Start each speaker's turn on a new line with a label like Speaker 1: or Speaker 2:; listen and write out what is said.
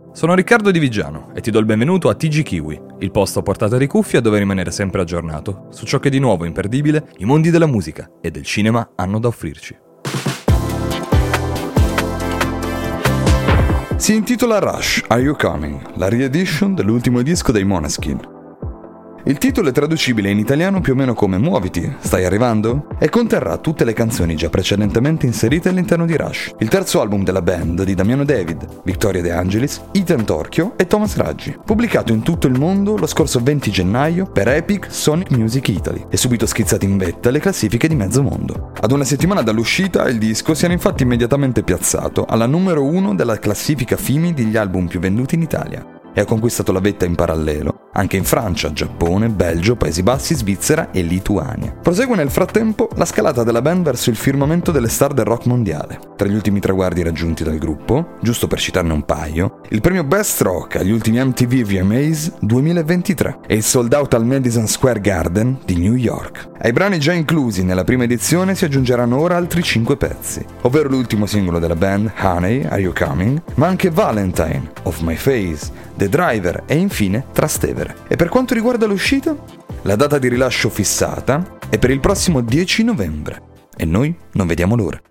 Speaker 1: Sono Riccardo Di Vigiano e ti do il benvenuto a TG Kiwi, il posto a portata di cuffia dove rimanere sempre aggiornato su ciò che di nuovo imperdibile i mondi della musica e del cinema hanno da offrirci.
Speaker 2: Si intitola Rush, Are You Coming?, la re-edition dell'ultimo disco dei Måneskin. Il titolo è traducibile in italiano più o meno come Muoviti, stai arrivando? E conterrà tutte le canzoni già precedentemente inserite all'interno di Rush, il terzo album della band di Damiano David, Victoria De Angelis, Ethan Torchio e Thomas Raggi, pubblicato in tutto il mondo lo scorso 20 gennaio per Epic Sonic Music Italy e subito schizzato in vetta alle classifiche di mezzo mondo. Ad una settimana dall'uscita il disco si era infatti immediatamente piazzato alla numero 1 della classifica FIMI degli album più venduti in Italia e ha conquistato la vetta in parallelo anche in Francia, Giappone, Belgio, Paesi Bassi, Svizzera e Lituania. Prosegue nel frattempo la scalata della band verso il firmamento delle star del rock mondiale. Tra gli ultimi traguardi raggiunti dal gruppo, giusto per citarne un paio, il premio Best Rock agli ultimi MTV VMAs 2023 e il sold out al Madison Square Garden di New York. Ai brani già inclusi nella prima edizione si aggiungeranno ora altri 5 pezzi, ovvero l'ultimo singolo della band, Honey, Are You Coming?, ma anche Valentine, Off My Face, The Driver e infine Trastevere. E per quanto riguarda l'uscita, la data di rilascio fissata è per il prossimo 10 novembre e noi non vediamo l'ora.